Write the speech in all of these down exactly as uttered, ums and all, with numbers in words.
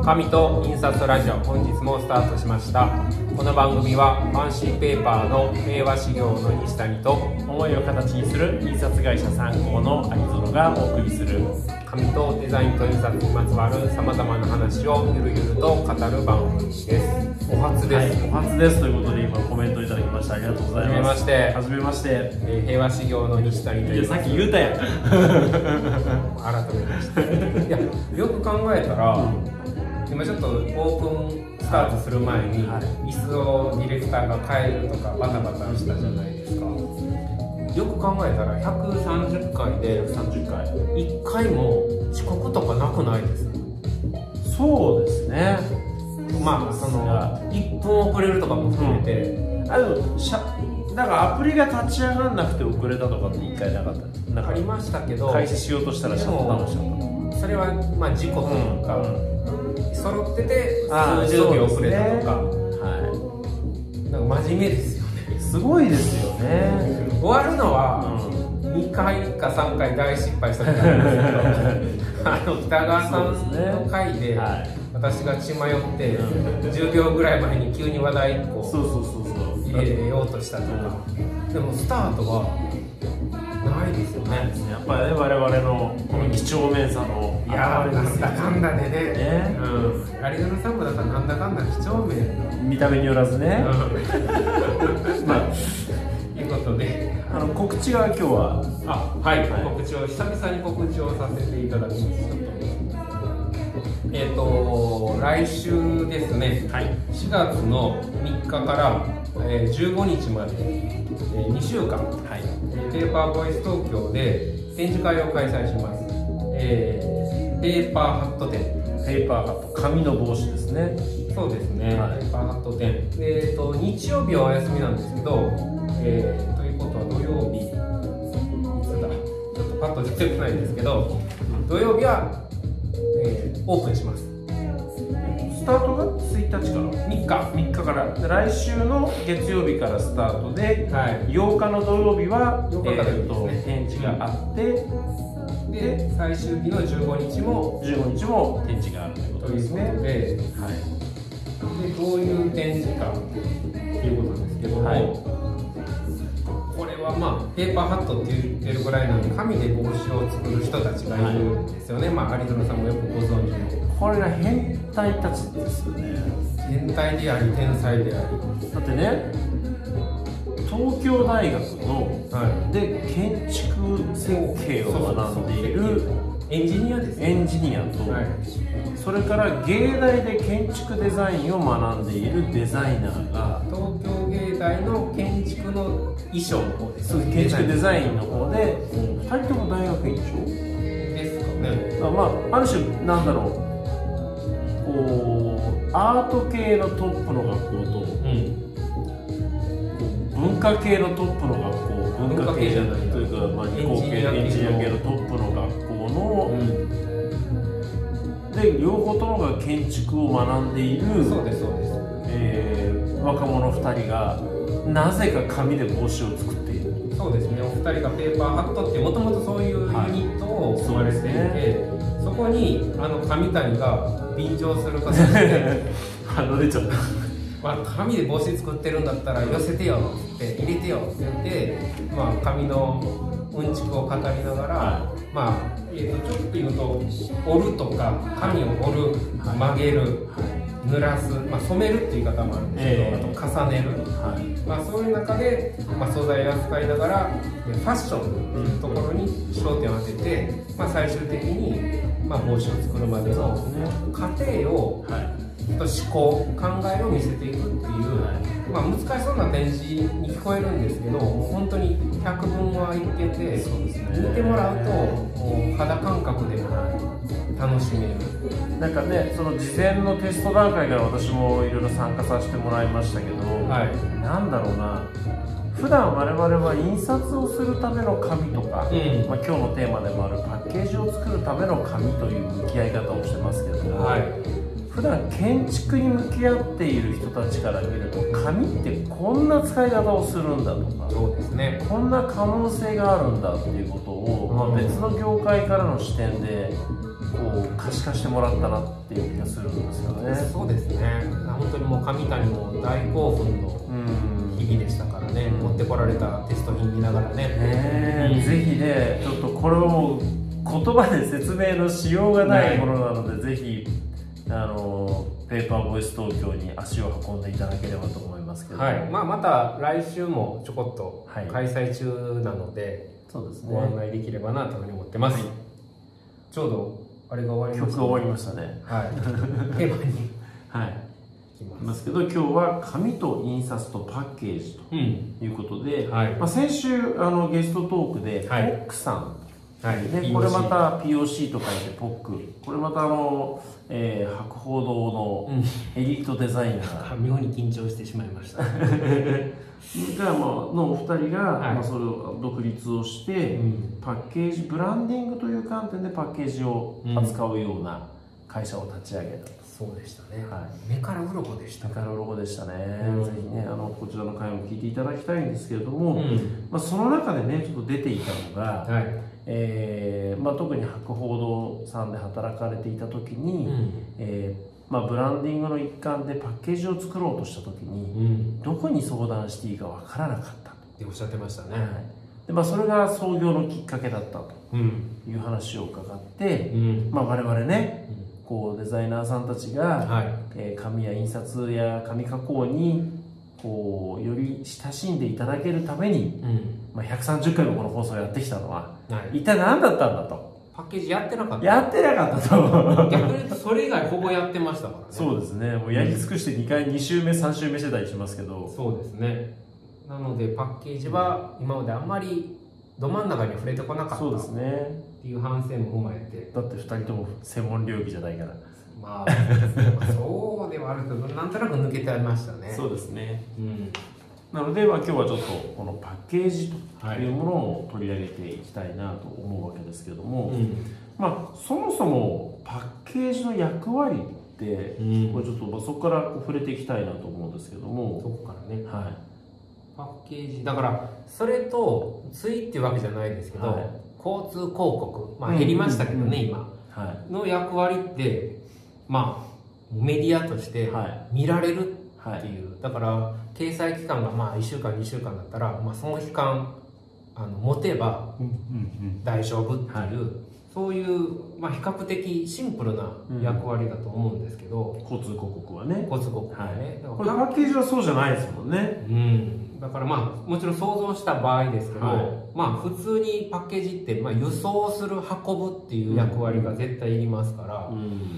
紙と印刷ラジオ、本日もスタートしました。この番組はファンシーペーパーの平和修行の西谷と思いを形にする印刷会社さん号の有園がお送りする紙とデザインと印刷にまつわるさまざまな話をゆるゆると語る番組です。お初です、 はい、お初ですということで今コメントいただきました。ありがとうございます。 はじめまして。 はじめまして、 えー、平和修行の西谷という。 いやさっき言うたやん。 改めましていやよく考えたら、うん、今ちょっとオープンスタートする前に、はい、椅子をディレクターが変えるとかバタバタしたじゃないですか。よく考えたらひゃくさんじゅっかいでひゃくさんじゅっかいいっかいも遅刻とかなくないですか？ そうですね。 まあそのいっぷん遅れるとかも含めて、うん、 あのしゃだからアプリが立ち上がらなくて遅れたとかっていっかいなかった。なんかありましたけど、 開始しようとしたらシャットダウンしちゃった。 それはまあ事故というか、うんうん、揃ってて数十秒遅れたとか、 ね、はい、 なんか真面目ですよね。 すごいですよね。 終わるのはにかいかさんかい大失敗したことあるんですけどあの北川さんの回で私が血迷ってじゅうびょうぐらい前に急に話題いっこ入れようとしたとか、でもスタートはないですよね。 やっぱりね、我々のこの几帳面さのいやー、なんだかんだでね、ね、うん、有園さんもだからなんだかんだ几帳面、 見た目によらずね、 うん、まあということで、 あの告知が今日はあ、はい、はい、告知を久々に告知をさせていただきます。えっと来週ですね、はい、しがつのみっかから、えー、じゅうごにちまで、えー、にしゅうかん、はい、ペーパーボイス東京で展示会を開催します。えー、ペーパーハット展。 ペーパーハット、紙の帽子ですね。 そうですね、はい、ペーパーハット展。えーと日曜日はお休みなんですけど、えー、ということは土曜日いつだ、ちょっとパッと出てこないんですけど、土曜日は、えー、オープンします。 スタートがついたちからみっかみっかから来週の月曜日からスタートで、はい、ようかの土曜日はようかからですね、 えー、展示があって、 うん、で最終日のじゅうごにちもじゅうごにちも展示があるということですね。 ということで、はい、でどういう展示かっていうことなんですけども、はい、これはまあペーパーハットって言ってるぐらいなので紙で帽子を作る人たちがいるんですよね、はい、まあ有園さんもよくご存知の。 これが変態たちですよね。 変態であり天才であり、 だってね、東京大学の、はい、で建築設計を学んでいるエンジニアです、ね、 エンジニアと、はい、それから芸大で建築デザインを学んでいるデザイナーが東京芸大の建築の衣装の方です、 ね、建築デザインの方で、うん、ふたりとも大学院長ですかね。 あ、まあ、ある種なんだろう、こうアート系のトップの学校と、うん、文化系のトップの学校、文化系じゃないというか、まあ、理工系エンジニア系のトップの学校の、うん、で両方ともが建築を学んでいる、 そうですそうです、 えー、若者ふたりがなぜか紙で帽子を作っている。 そうですね、お二人がペーパーハットってもともとそういうユニットを組まれていて、はい、 そ, ね、そこにあの紙谷が便乗する形であの出ちゃったまあ紙で帽子作ってるんだったら寄せてよって入れてよって言って、まあ、紙のうんちくを語りながら、はい、まあ、えー、とちょっと言うと折るとか紙を折る、はい、曲げる、はい、濡らす、まあ、染めるっていう言い方もあるんですけど、えー、あと重ねる、はい、まあ、そういう中で、まあ、素材を扱いながらファッションっていうところに焦点を当てて、まあ、最終的に、まあ、帽子を作るまでの過程を、はい、と思考、考えを見せていくっていう、まあ、難しそうな展示に聞こえるんですけど、もう本当に百聞はいけて、そうですね、見てもらうともう肌感覚で楽しめる。 なんかね、その事前のテスト段階から私もいろいろ参加させてもらいましたけど、はい、なんだろうな、普段我々は印刷をするための紙とか、うん、まあ、今日のテーマでもあるパッケージを作るための紙という向き合い方をしてますけども、はい、普段建築に向き合っている人たちから見ると紙ってこんな使い方をするんだとか、 そうですね、 こんな可能性があるんだっていうことを、まあ、別の業界からの視点でこう可視化してもらったなっていう気がするんですよね。 そうですね、本当にもう上谷も大興奮の日々でしたからね、うん、持ってこられたテスト品見ながらね、 ね、うん、ぜひね、ちょっとこれを言葉で説明のしようがないものなので、ね、ぜひあのペーパーボイス東京に足を運んでいただければと思いますけど、 はい、まあ、また来週もちょこっと開催中なので、はい、 そうですね、 ご案内できればなというふうに思ってます、はい、ちょうどあれが終わりました、ね、 曲が終わりましたね、 はい、テーマにはいいきますけど、今日は紙と印刷とパッケージということで、うん、はい、まあ、先週あのゲストトークで、はい、ポックさん、はいね、これまた ピーオーシー と書いてポック、これまたあの、えー、博報堂のエリートデザイナー、 うん、妙に緊張してしまいましたが、 まあ、のお二人が、はい、まあ、それを独立をして、うん、パッケージブランディングという観点でパッケージを扱うような会社を立ち上げたと、うん、 そうでしたね、はい、目から鱗でした、 目から鱗でしたね、うん、ぜひね、あのこちらの回も聞いていただきたいんですけれども、うん、まあ、その中でねちょっと出ていたのが、はい、えーまあ、特に博報堂さんで働かれていた時に、うん、えーまあ、ブランディングの一環でパッケージを作ろうとした時に、うん、どこに相談していいかわからなかったっておっしゃってましたね、はい、 でまあ、それが創業のきっかけだったという話を伺って、うん、まあ、我々ね、うん、こうデザイナーさんたちが、はい、えー、紙や印刷や紙加工にこうより親しんでいただけるために、うん、まあ、ひゃくさんじゅっかいもこの放送をやってきたのは、はい、一体何だったんだと。 パッケージやってなかったやってなかったと逆に言うとそれ以外ほぼやってましたからね。 そうですね、もうやり尽くしてにかいに週目さん週目してたりしますけど、 そうですね、なのでパッケージは今まであんまりど真ん中に触れてこなかった、 そうですねっていう反省も踏まえて、 だってふたりとも専門領域じゃないから、 まあそうではあるけどなんとなく抜けてありましたね。 そうですね、うん、なので、まあ、今日はちょっとこのパッケージというものを取り上げていきたいなと思うわけですけども、うん、まあ、そもそもパッケージの役割って、うん、これちょっとまあそこから触れていきたいなと思うんですけども、 そこからね、 はい、 パッケージだからそれとついっていうわけじゃないですけど、はい、交通広告、まあ、減りましたけどね、うんうんうん、今、はい、の役割ってまあメディアとして見られるっていう、はいはい、だから掲載期間がまあいっしゅうかんにしゅうかんだったら、まあ、その期間あの持てば大丈夫っていう、はい、そういう、まあ、比較的シンプルな役割だと思うんですけど、 うん、交通広告はね、 交通広告はね、 はい、これパッケージはそうじゃないですもんね、 うん、だからまあもちろん想像した場合ですけど、はい、まあ普通にパッケージって、まあ、輸送する運ぶっていう役割が絶対いりますから、うん、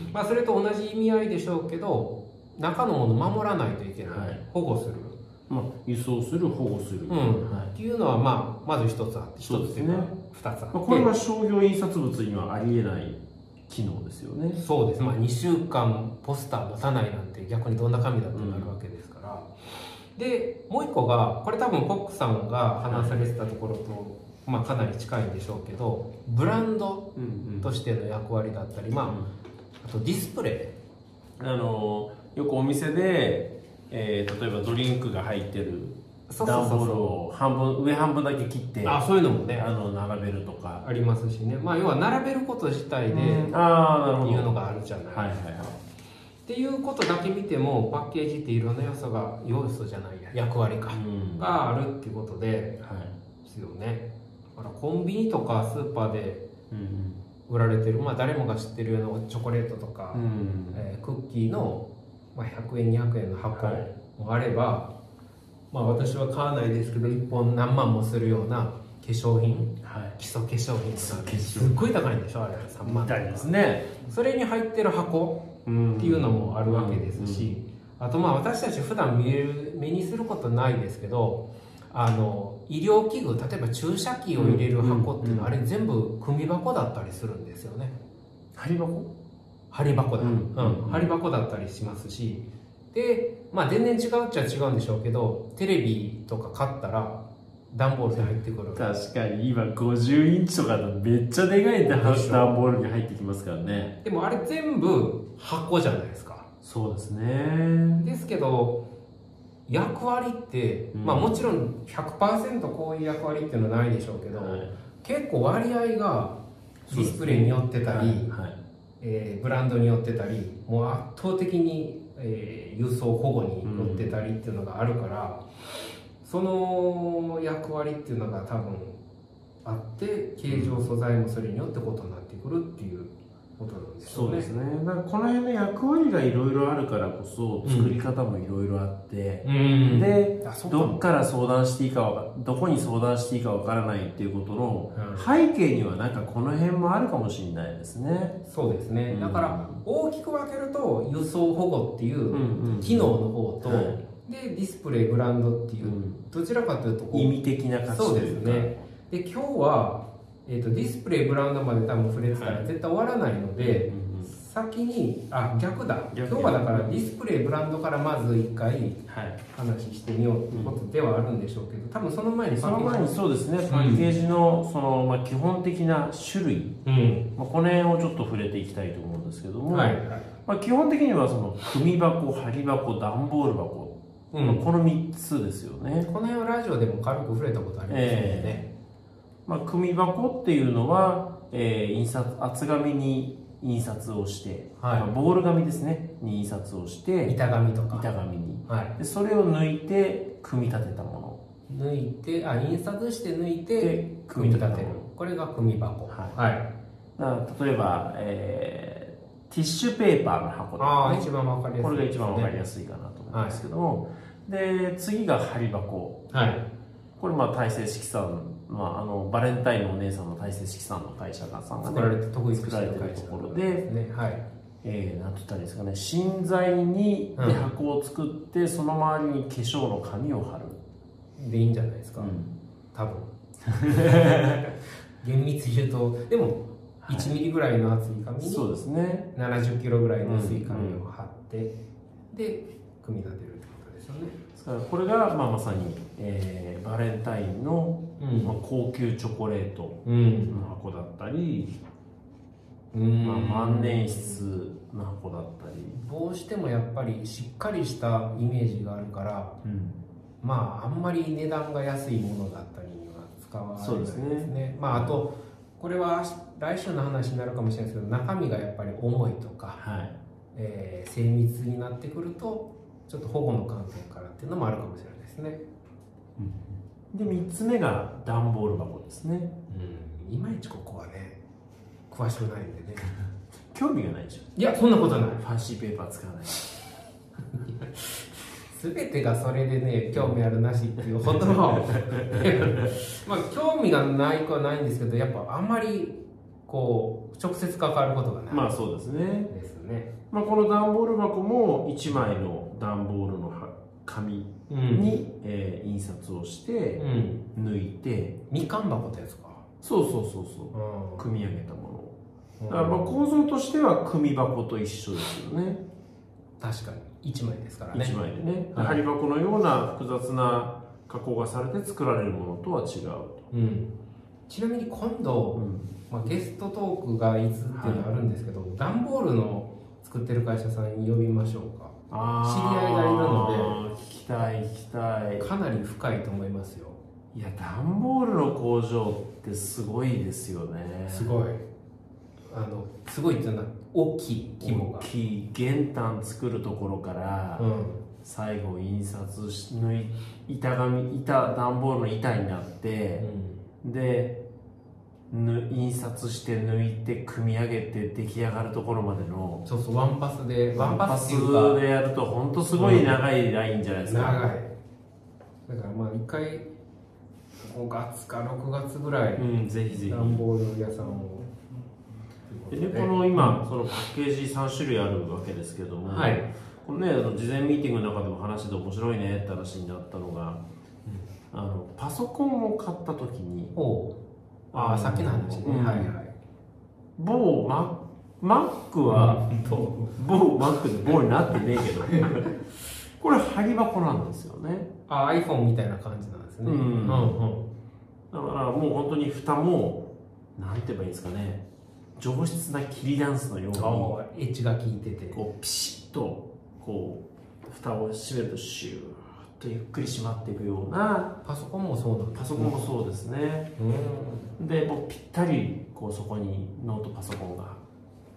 まあ、それと同じ意味合いでしょうけど中のもの守らないといけない、はい、保護する、 まあ、輸送する保護する、うん、 はい、っていうのは、まあ、まず一つあって一つというか二つあって、まあ、 これは商業印刷物にはありえない機能ですよね。 そうです、まあ、にしゅうかんポスター持たないなんて逆にどんな紙だってなるわけですから、うん、でもう一個がこれ多分ポックさんが話されてたところと、はい、まあ、かなり近いんでしょうけどブランドとしての役割だったり、まあ、あとディスプレイ、あのよくお店で、えー、例えばドリンクが入ってる段ボールを半分上半分だけ切ってあそういうのもねあの並べるとかありますしね、まあ、要は並べること自体で、うん、 あなるほどいうのがあるじゃないですか、はいはいはい、っていうことだけ見てもパッケージっていろんな要素が要素じゃない役割か、うん、があるっていうことで、はい、ですよね。だからコンビニとかスーパーで売られてる、まあ、誰もが知ってるようなチョコレートとか、うん、えー、クッキーのまあひゃくえんにひゃくえんの箱もあれば、はい、まあ、私は買わないですけどいっぽん何万もするような化粧品、はい、基礎化粧品とかすっごい高いんでしょあれさんまんとかですね。 それに入ってる箱っていうのもあるわけですし、あとまあ私たち普段見る目にすることないですけどあの医療器具、例えば注射器を入れる箱っていうのは、うんうん、あれ全部組箱だったりするんですよね。 針箱針箱だ、うんうんうん、針箱だったりしますし、で、まあ、全然違うっちゃ違うんでしょうけどテレビとか買ったら段ボールで入ってくる。 確かに今ごじゅうインチとかのめっちゃでかい段ボールに入ってきますからね。 でもあれ全部箱じゃないですか。 そうですね。 ですけど役割って、うん、まあもちろん ひゃくパーセント こういう役割っていうのはないでしょうけど、はい、結構割合がディスプレイによってたり、はいはい、 えー、ブランドによってたり、もう圧倒的に、えー、輸送保護によってたりっていうのがあるから、うん、その役割っていうのが多分あって、形状素材もそれによって異なってくるっていうことなんですよね。 そうですね。だからこの辺の役割がいろいろあるからこそ作り方もいろいろあって、うん、でどっから相談していいかどこに相談していいかわからないっていうことの背景にはなんかこの辺もあるかもしれないですね。 そうですね。うん、だから大きく分けると輸送保護っていう機能の方と、うんうん、でディスプレイブランドっていう、うん、どちらかというと意味的な価値というか。 そうですね。で今日はえー、とディスプレイブランドまで多分触れてたら絶対終わらないので、はい、先にあ逆だ今日はだからディスプレイブランドからまず一回話してみようということではあるんでしょうけど、多分その前にその前にそうですね、パッケージのその、まあ、基本的な種類、うんまあ、この辺をちょっと触れていきたいと思うんですけども、はいはいまあ、基本的にはその組箱、張り箱、段ボール箱、うん、このみっつですよね。 この辺はラジオでも軽く触れたことありますよね。えーまあ、組箱っていうのは、えー、印刷厚紙に印刷をして、はいまあ、ボール紙ですねに印刷をして板紙とか板紙に、はい、でそれを抜いて組み立てたもの抜いてあ印刷して抜いて組み立てるこれが組箱はい、はい、 だ例えば、えー、ティッシュペーパーの箱で、ね、 あ一番わかりやすい、ね、 これが一番わかりやすいかなと思うんですけども、はい、で次が針箱はいこれまあ大成色さん、まあ、あのバレンタインのお姉さんの大成色さんの会社さんが、ね、作られて得意作られてるところで、ねはいえー、なんて言ったらいいですかね芯材にで箱を作って、うん、その周りに化粧の紙を貼るでいいんじゃないですか、うん、多分厳密に言うとでもいちミリぐらいの厚い紙に、そうですね、ななじゅっキロぐらいの薄い紙を貼って、うんうん、で組み立てるってことですよね。 これが、まあ、まさに、えー、バレンタインの、うんまあ、高級チョコレートの箱だったり、うんまあ、万年筆の箱だったりどうしてもやっぱりしっかりしたイメージがあるから、うん、まああんまり値段が安いものだったりには使わないですね。そうですね。まああとこれは来週の話になるかもしれないですけど中身がやっぱり重いとか、はいえー、精密になってくるとちょっと保護の観点からっていうのもあるかもしれないですね。 うん、でみっつめが段ボール箱ですね。 うん、いまいちここはね詳しくないんでね興味がないでしょ。 いやそんなことない。 ファンシーペーパー使わない全てがそれでね興味あるなしっていうほどのまあ興味がない子はないんですけどやっぱあんまりこう直接関わることがない。 まあそうですね。 ですね。 まあこの段ボール箱もいちまいの段ボールの紙に、うんえー、印刷をして、うん、抜いてみかん箱ってやつか。 そうそうそうそう、うん、組み上げたもの、うん、だからまあ構造としては組箱と一緒ですよね。 確かにいちまいですからね。 いちまいでね、はい、針箱のような複雑な加工がされて作られるものとは違うと、うん、 ちなみに今度、うんまあ、ゲストトークがいつっていうのあるんですけど、はい、段ボールの作ってる会社さんに呼びましょうか。知り合いがいるので聞きたい聞きたい。 かなり深いと思いますよ。 いや段ボールの工場ってすごいですよね。 すごいあのすごいっていうのは大きい規模が大きい原炭作るところから、うん、最後印刷し抜い板紙板段ボールの板になって、うん、で印刷して抜いて組み上げて出来上がるところまでのそうそうワンパスでワンパスでやると本当すごい長いラインじゃないですか、 うん、長いだからまあ一回ごがつかろくがつぐらい、うん、ぜひぜひ段ボール屋さんをでね、この今そのパッケージさんしゅるいあるわけですけども、はい、このねあの事前ミーティングの中でも話で面白いねって話になったのが、うん、あのパソコンを買った時にああさっきの話ね、うん、はいはい某ママックは、うん、某マックで某になってねえけどこれ針箱なんですよね。 あ iPhone みたいな感じなんですね、うんうんうん、 だからもう本当に蓋もなんて言えばいいんですかね上質な桐ダンスのようにエッジが効いててこうピシッとこう蓋を閉めるとシューッとゆっくり閉まっていくようなパソコンもそうなんですね。 パソコンもそうですね。うんでもうぴったりこうそこにノートパソコンが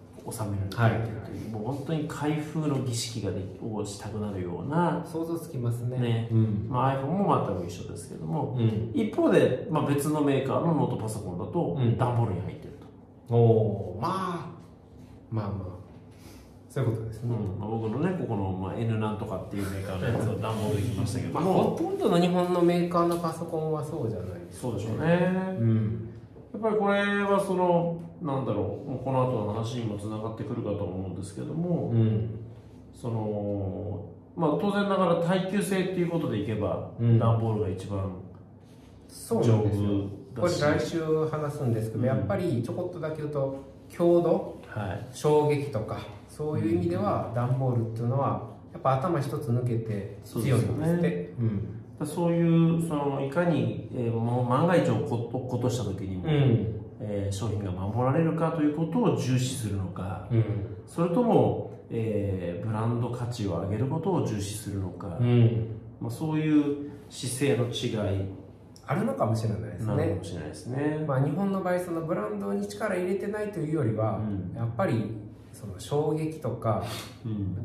収めるという、はい、もう本当に開封の儀式がでをしたくなるような想像つきますね。 ね、うん、まあ、iPhone も全く一緒ですけども、うん、一方で、まあ、別のメーカーのノートパソコンだと段ボールに入ってると、うん、 おー、まあまあまあそういうことですね、 うん、まあ、僕のねここの、まあ、N なんとかっていうメーカーのやつは段ボールできましたけども、まあ、 ほとんどの日本のメーカーのパソコンはそうじゃないですか、 ね、そうでしょうね、うん、やっぱりこれはそのなんだろう、この後の話にもつながってくるかと思うんですけども、うん、そのまあ当然ながら耐久性っていうことでいけば、うん、段ボールが一番丈夫だし、 これ来週話すんですけど、うん、やっぱりちょこっとだけ言うと強度、はい、衝撃とかそういう意味では段ボールっていうのはやっぱ頭一つ抜けて強いんですって。 そういうそのいかに、えー、もう万が一を落っことした時にも、うん、えー、商品が守られるかということを重視するのか、うん、それとも、えー、ブランド価値を上げることを重視するのか、うん、まあ、そういう姿勢の違いあるのかもしれないですね。 なるかもしれないですね。 まあ、日本の場合そのブランドに力入れてないというよりは、うん、やっぱりその衝撃とか、うん、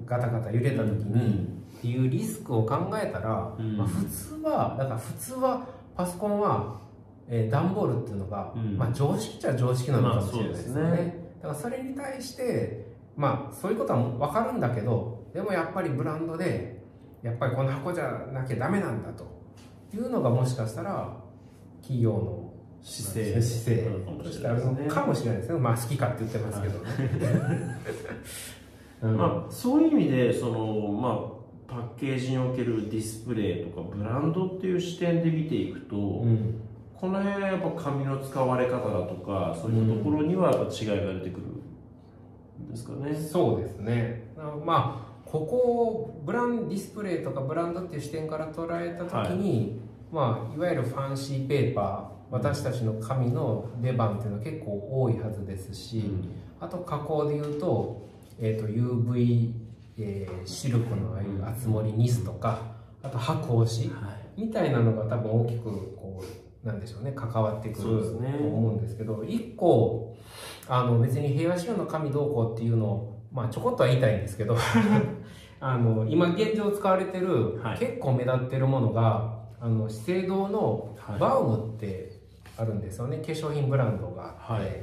ガタガタ揺れた時に、うん、っていうリスクを考えたら、うん、まあ、普通はだから普通はパソコンは、えー、段ボールっていうのが、うん、まあ、常識っちゃ常識なのかもしれないですね。まあ、そうですね。だからそれに対してまあそういうことは分かるんだけど、でもやっぱりブランドでやっぱりこの箱じゃなきゃダメなんだというのがもしかしたら企業の姿勢姿勢としてあるのかもしれないですね。まあ好きかって言ってますけどね。 うん、まあそういう意味でそのまあパッケージにおけるディスプレイとかブランドっていう視点で見ていくと、うん、この辺はやっぱ紙の使われ方だとかそういったところにはやっぱ違いが出てくるんですかね。 うん、そうですね。まあここをブランディスプレイとかブランドっていう視点から捉えた時に、はい、まあいわゆるファンシーペーパー、私たちの紙の出番っていうのは結構多いはずですし、うん、あと加工でいうと、えー、と ユーブイ、えー、シルクのああいう厚盛りニスとか、あと箔押しみたいなのが多分大きくこうなんでしょうね、関わってくると思うんですけど、一個あの別に平和仕様の紙どうこうっていうのを、まあ、ちょこっとは言いたいんですけどあの今現状使われてる、はい、結構目立ってるものがあの資生堂のバウムってあるんですよね、はい、化粧品ブランドがあって、はい、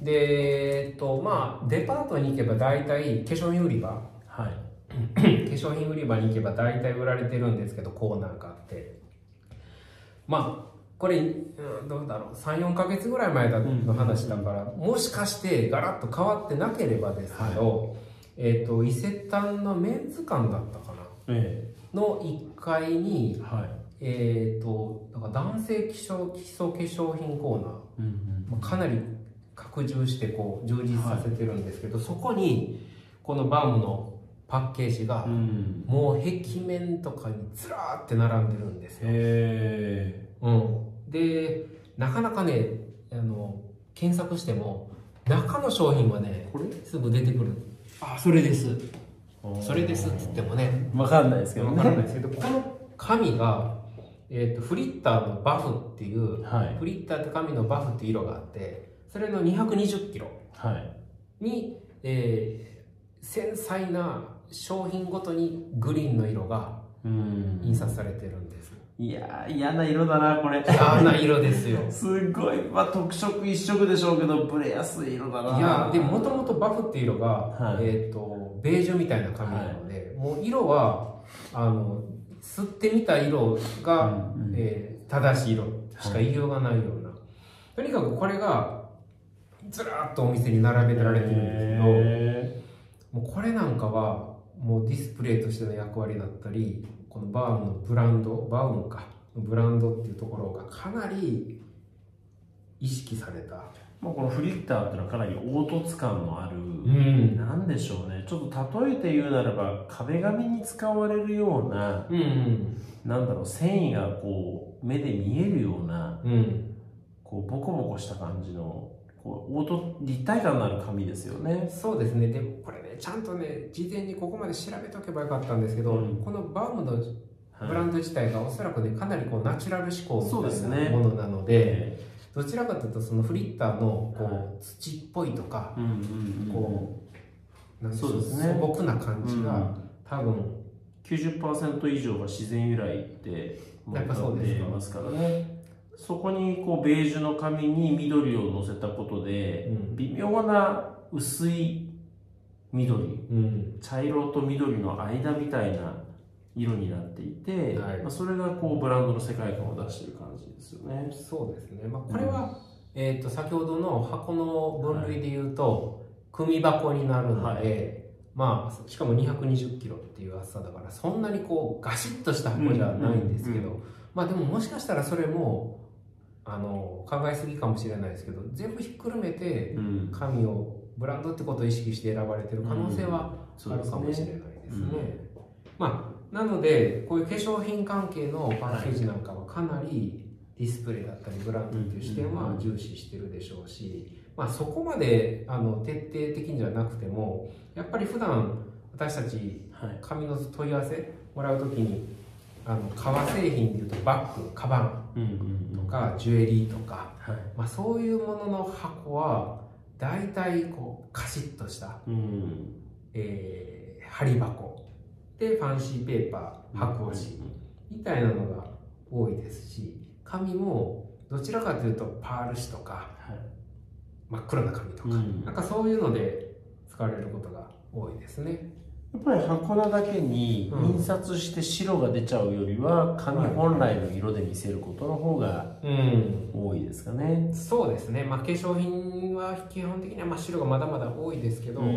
でえっとまあデパートに行けば大体化粧品売り場、はい、化粧品売り場に行けば大体売られてるんですけど、コーナーがあって、まあこれ、うん、どうだろう、さんよんかげつぐらい前の話だから、うん、もしかしてガラッと変わってなければですけど、はい、えっと伊勢丹のメンズ館だったかな、ええ、のいっかいに、はい、えーとだから男性基礎、基礎化粧品コーナー、うんうん、かなり拡充してこう充実させてるんですけど、はい、そこにこのバウムのパッケージが、うん、もう壁面とかにずらーって並んでるんですよ。へー、うん、でなかなかねあの検索しても中の商品はねこれすぐ出てくる。あ、それですそれですって言ってもね分かんないですけどね。 分からないですけど、この紙がえー、とフリッターのバフっていう、はい、フリッターって紙のバフっていう色があって、それのにひゃくにじゅっキロに、はい、えー、繊細な商品ごとにグリーンの色が印刷されてるんです。 いやー、嫌な色だなこれ。 嫌な色ですよ。 すごい、まあ、特色一色でしょうけどブレやすい色だな。 いやでもともとバフっていう色が、はい、えー、とベージュみたいな紙なので、はい、もう色はあの吸ってみた色が、うんうん、えー、正しい色しか言いようがないような、はい、とにかくこれがずらっとお店に並べられてるんですけど、もうこれなんかはもうディスプレイとしての役割だったり、このバウムのブランド、バウムかブランドっていうところがかなり意識された。 まあ、このフリッターっていうのはかなり凹凸感のある、うん、なんでしょうね、ちょっと例えて言うならば壁紙に使われるような、うんうん、なんだろう、繊維がこう目で見えるような、うん、こうボコボコした感じのこう凹凸立体感のある紙ですよね。 そうですね。でもこれねちゃんとね事前にここまで調べておけばよかったんですけど、うん、このバウムのブランド自体がおそらくねかなりこうナチュラル志向みたいなものなので、 どちらかというとそのフリッターのこう、はい、土っぽいとか、こうなんでしょう、そうですね、素朴な感じが、うん、多分きゅうじゅっパーセント 以上が自然由来って思ってますからね。そこにこうベージュの紙に緑をのせたことで、うん、微妙な薄い緑、うん、茶色と緑の間みたいな色になっていて、はい、まあ、それがこうブランドの世界観を出している感じですよね。 そうですね、まあ、これは、うん、えー、と先ほどの箱の分類でいうと、はい、組箱になるので、はい、まあ、しかもにひゃくにじゅっキロっていう厚さだからそんなにこうガシッとした箱じゃないんですけど、まあでももしかしたらそれもあの考えすぎかもしれないですけど、全部ひっくるめて紙をブランドってことを意識して選ばれてる可能性はあるかもしれないですね。まあ、なのでこういう化粧品関係のパッケージなんかはかなりディスプレイだったりブランドっていう視点は重視してるでしょうし、まあ、そこまであの徹底的じゃなくてもやっぱり普段私たち紙の問い合わせもらうときにあの革製品でいうとバッグ、カバンとかジュエリーとか、はい、まあ、そういうものの箱は大体こうカシッとした、うん、えー、針箱でファンシーペーパー、白押しみたいなのが多いですし、紙もどちらかというとパール紙とか、はい、真っ黒な紙とか、うん、なんかそういうので使われることが多いですね。 やっぱり箱なだけに印刷して白が出ちゃうよりは紙本来の色で見せることの方が多いですかね。 うん、そうですね、まあ、化粧品は基本的にはまあ白がまだまだ多いですけど、うん、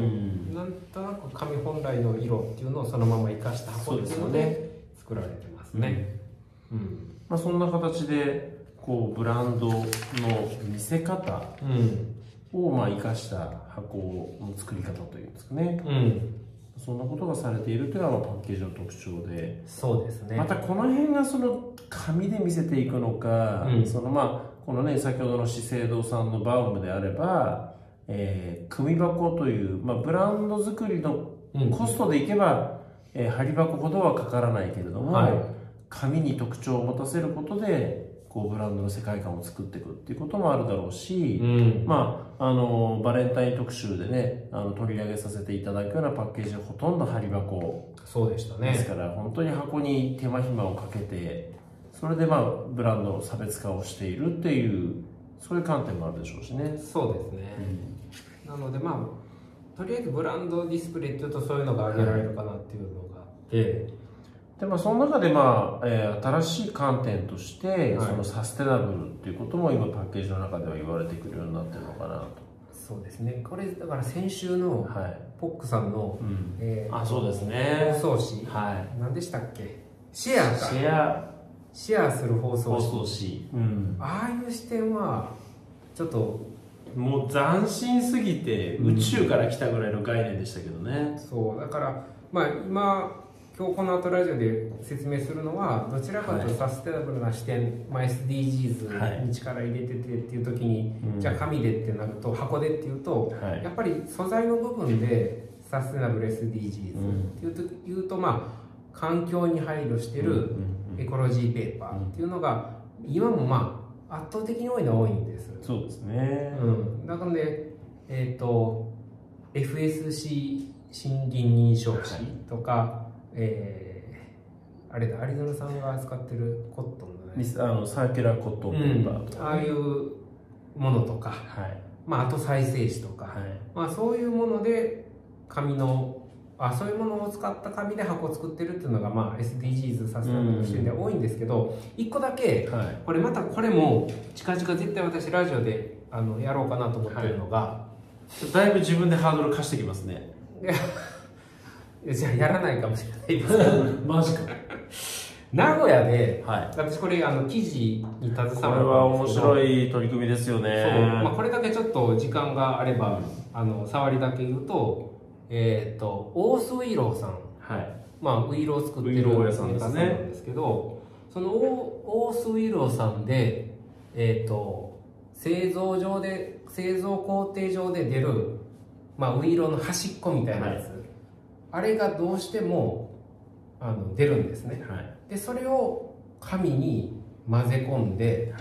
なんとなく紙本来の色っていうのをそのまま生かした箱っていうので作られてますね。 うん、うん、まあ、そんな形でこうブランドの見せ方をまあ生かした箱の作り方というんですかね。うん、そんなことがされているというのがパッケージの特徴で、 そうですね、 またこの辺がその紙で見せていくのか、うん、そのまあこのね先ほどの資生堂さんのバウムであれば、えー、組箱という、まあ、ブランド作りのコストでいけば、うん、えー、針箱ほどはかからないけれども、はい、紙に特徴を持たせることでこうブランドの世界観を作っていくっていうこともあるだろうし、うん、まああのバレンタイン特集でねあの取り上げさせていただくようなパッケージはほとんど針箱そうでしたね。 ですから本当に箱に手間暇をかけてそれでまあブランドの差別化をしているっていうそういう観点もあるでしょうしね。 そうですね、うん、なのでまあとりあえずブランドディスプレイっていうとそういうのが挙げられるかなっていうのがあって、はい、 でまあ、その中で、まあえー、新しい観点として、はい、そのサステナブルっていうことも今パッケージの中では言われてくるようになってるのかなと。 そうですね、これだから先週のポックさんの、はい、 えー、あそうですね包装紙、はい、何でしたっけ、シェアかシェアシェアする包装紙、 包装紙、うん、 ああいう視点はちょっともう斬新すぎて宇宙から来たぐらいの概念でしたけどね、 うん、そうだからまあ今今日この後ラジオで説明するのはどちらかというとサステナブルな視点、はい、まあ、エスディージーズ に力入れててっていう時に、はい、じゃあ紙でってなると箱でっていうと、はい、やっぱり素材の部分でサステナブル エスディージーズ っていうと、うん、いうとまあ環境に配慮してるエコロジーペーパーっていうのが今もまあ圧倒的に多いのは多いんです。 そうですね、 うん、なのでえっ、ー、と エフエスシー 森林認証紙とか、はい、えー、あれだ、アリゾナさんが使ってるコットンの、 ね、あのサーキュラーコットンペーパーとか、 うん、ああいうものとか、はい、まあ、あと再生紙とか、はい、まあ、そういうもので紙のあそういうものを使った紙で箱を作ってるっていうのが、まあ、エスディージーズ サステナブルの視点で多いんですけど、いっこだけ、はい、これまたこれも近々絶対私ラジオであのやろうかなと思ってるのが、はい、だいぶ自分でハードル貸してきますね。 じゃあやらないかもしれないですけどマジか名古屋で、はい、私これあの記事に携わるんですけど、これは面白い取り組みですよね。 そう、まあ、これだけちょっと時間があれば、うん、あの触りだけ言うと、えっ、ー、とオースウイローさん、はい、まあ、ウイローを作ってるメーカーさんなんですけど、そのオースウイローさんで、えー、と製造上で製造工程上で出る、まあ、ウイローの端っこみたいなやつ、はい、あれがどうしてもあの出るんですね、はい、でそれを紙に混ぜ込んで、はい、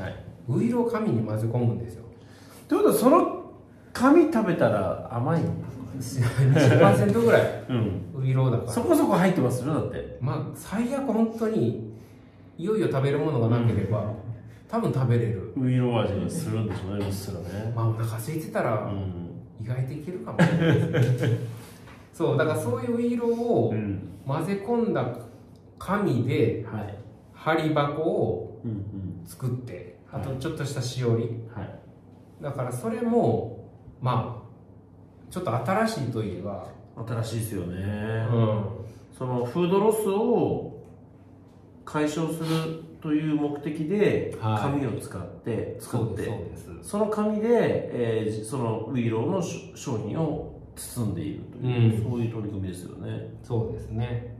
ウイロを紙に混ぜ込むんですよ。 ということはその紙食べたら甘いの？ にじゅっパーセント ぐらい、うん、ウイローだからそこそこ入ってますよだって。 まあ最悪本当にいよいよ食べるものがなければ、うん、多分食べれるウイロー味にするんでしょうね。うっすらね。 まあお腹空いてたら、うん、意外といけるかもしれないですねそうだからそういうウイローを混ぜ込んだ紙で、はい、針箱を作って、うんうん、あとちょっとしたしおり、はい、だからそれもまあちょっと新しいといえば新しいですよね、うん、そのフードロスを解消するという目的で紙を使って作って、はい、そ, その紙で、えー、そのウイローの商品を包んでいるという、うん、そういう取り組みですよね。 そうですね、うん、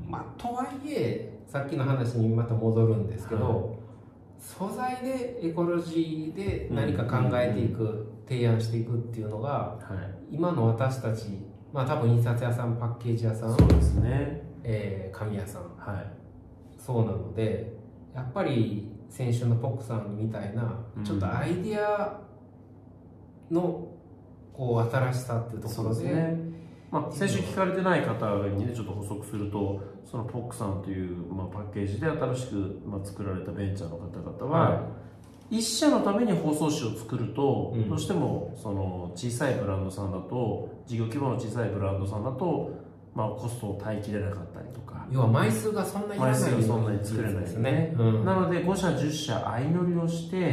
まあとはいえさっきの話にまた戻るんですけど、はい、素材でエコロジーで何か考えていく、うん、提案していくっていうのが、はい、今の私たち、まあ多分印刷屋さん、パッケージ屋さん、 そうですね、 えー、紙屋さん、はい、そうなのでやっぱり先週のポックさんみたいな、うん、ちょっとアイディアのこう新しさっていうところで、ね、 まあ、先週聞かれてない方にねちょっと補足すると、そのポックさんという、まあ、パッケージで新しく、まあ、作られたベンチャーの方々は、はい、一社のために包装紙を作ると、うん、どうしてもその小さいブランドさんだと、事業規模の小さいブランドさんだと、まあ、コストを耐えきれなかったりとか、 要は枚数がそんなに枚数がそんなに作れないですね、うん、なのでご社じゅっ社相乗りをして、うん、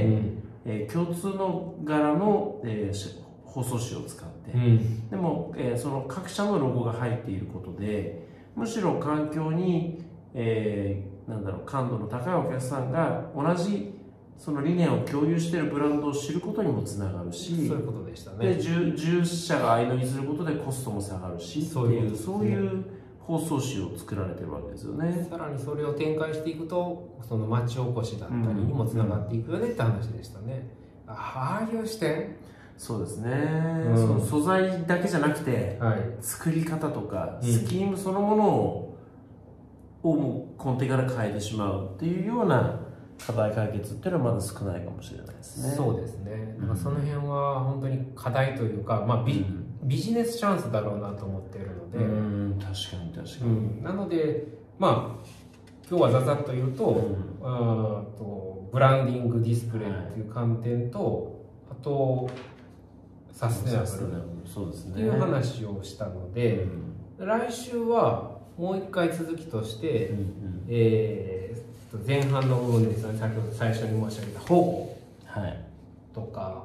えー、共通の柄の、えー、包装紙を使って、うん、でも、えー、その各社のロゴが入っていることで、むしろ環境に、えー、なんだろう、感度の高いお客さんが同じその理念を共有しているブランドを知ることにもつながるし、 そういうことでしたね。 で 10, 10社が相乗りすることでコストも下がるし、そういう、そういう包装紙を作られてるわけですよね。 さらにそれを展開していくと、その町おこしだったりにもつながっていくよねって話でしたね、うん、ああいう視点。 そうですね、うん、その素材だけじゃなくて、はい、作り方とかスキームそのものを、うん、をもう根底から変えてしまうっていうような課題解決っていうのはまだ少ないかもしれないですね。 そうですね、うん、その辺は本当に課題というか、まあ、ビ, うん、ビジネスチャンスだろうなと思っているので、うん、 確かに確かに、うん、なのでまあ今日はざざっと言うと、うん、あとブランディングディスプレイっていう観点と、はい、あとサステナブルっていう話をしたので、うん、来週はもう一回続きとして、うんうん、えー、前半の部分ですね、先ほど最初に申し上げた保護とか、はい、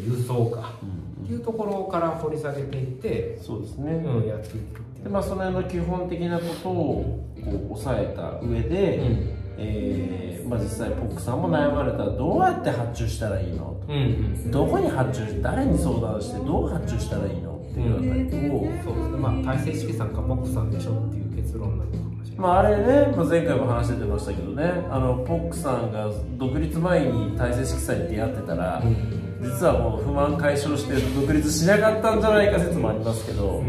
輸送かっていうところから掘り下げていって、 そうですね、 うん、やっていくっていう。 で、まあ、その辺の基本的なことをこう抑えた上で、うん、えーまあ、実際ポックさんも悩まれたらどうやって発注したらいいのと、うんうん、どこに発注して、誰に相談してどう発注したらいいのっていうあたりを、うん、そうですね、まあ、大成式さんかポックさんでしょっていう結論なのかもしれない。まあ、あれね、まあ、前回も話してましたけどね、あのポックさんが独立前に大成式さんに出会ってたら、うん、実はもう不満解消して独立しなかったんじゃないか説もありますけど、うん、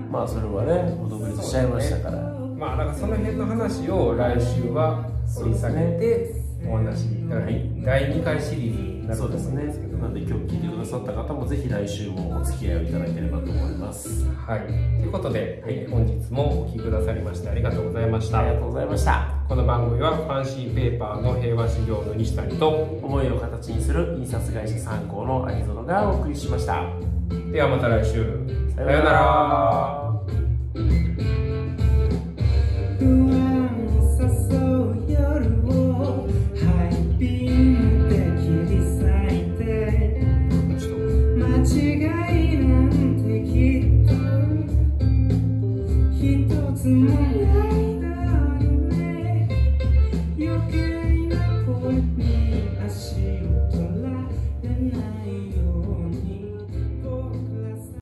まあそれはね、もう独立しちゃいましたから、ね、 まあだからその辺の話を来週は掘り下げてお話、だからだいにかいシリーズになると思うんですけど、 なので今日聞いてくださった方もぜひ来週もお付き合いをいただければと思います。 はい、ということで、はい、本日もお聞きくださりましてありがとうございました。 ありがとうございました。 この番組はファンシーペーパーの平和修行の西谷と思いを形にする印刷会社参考の有園がお送りしました。 ではまた来週、さようなら。違う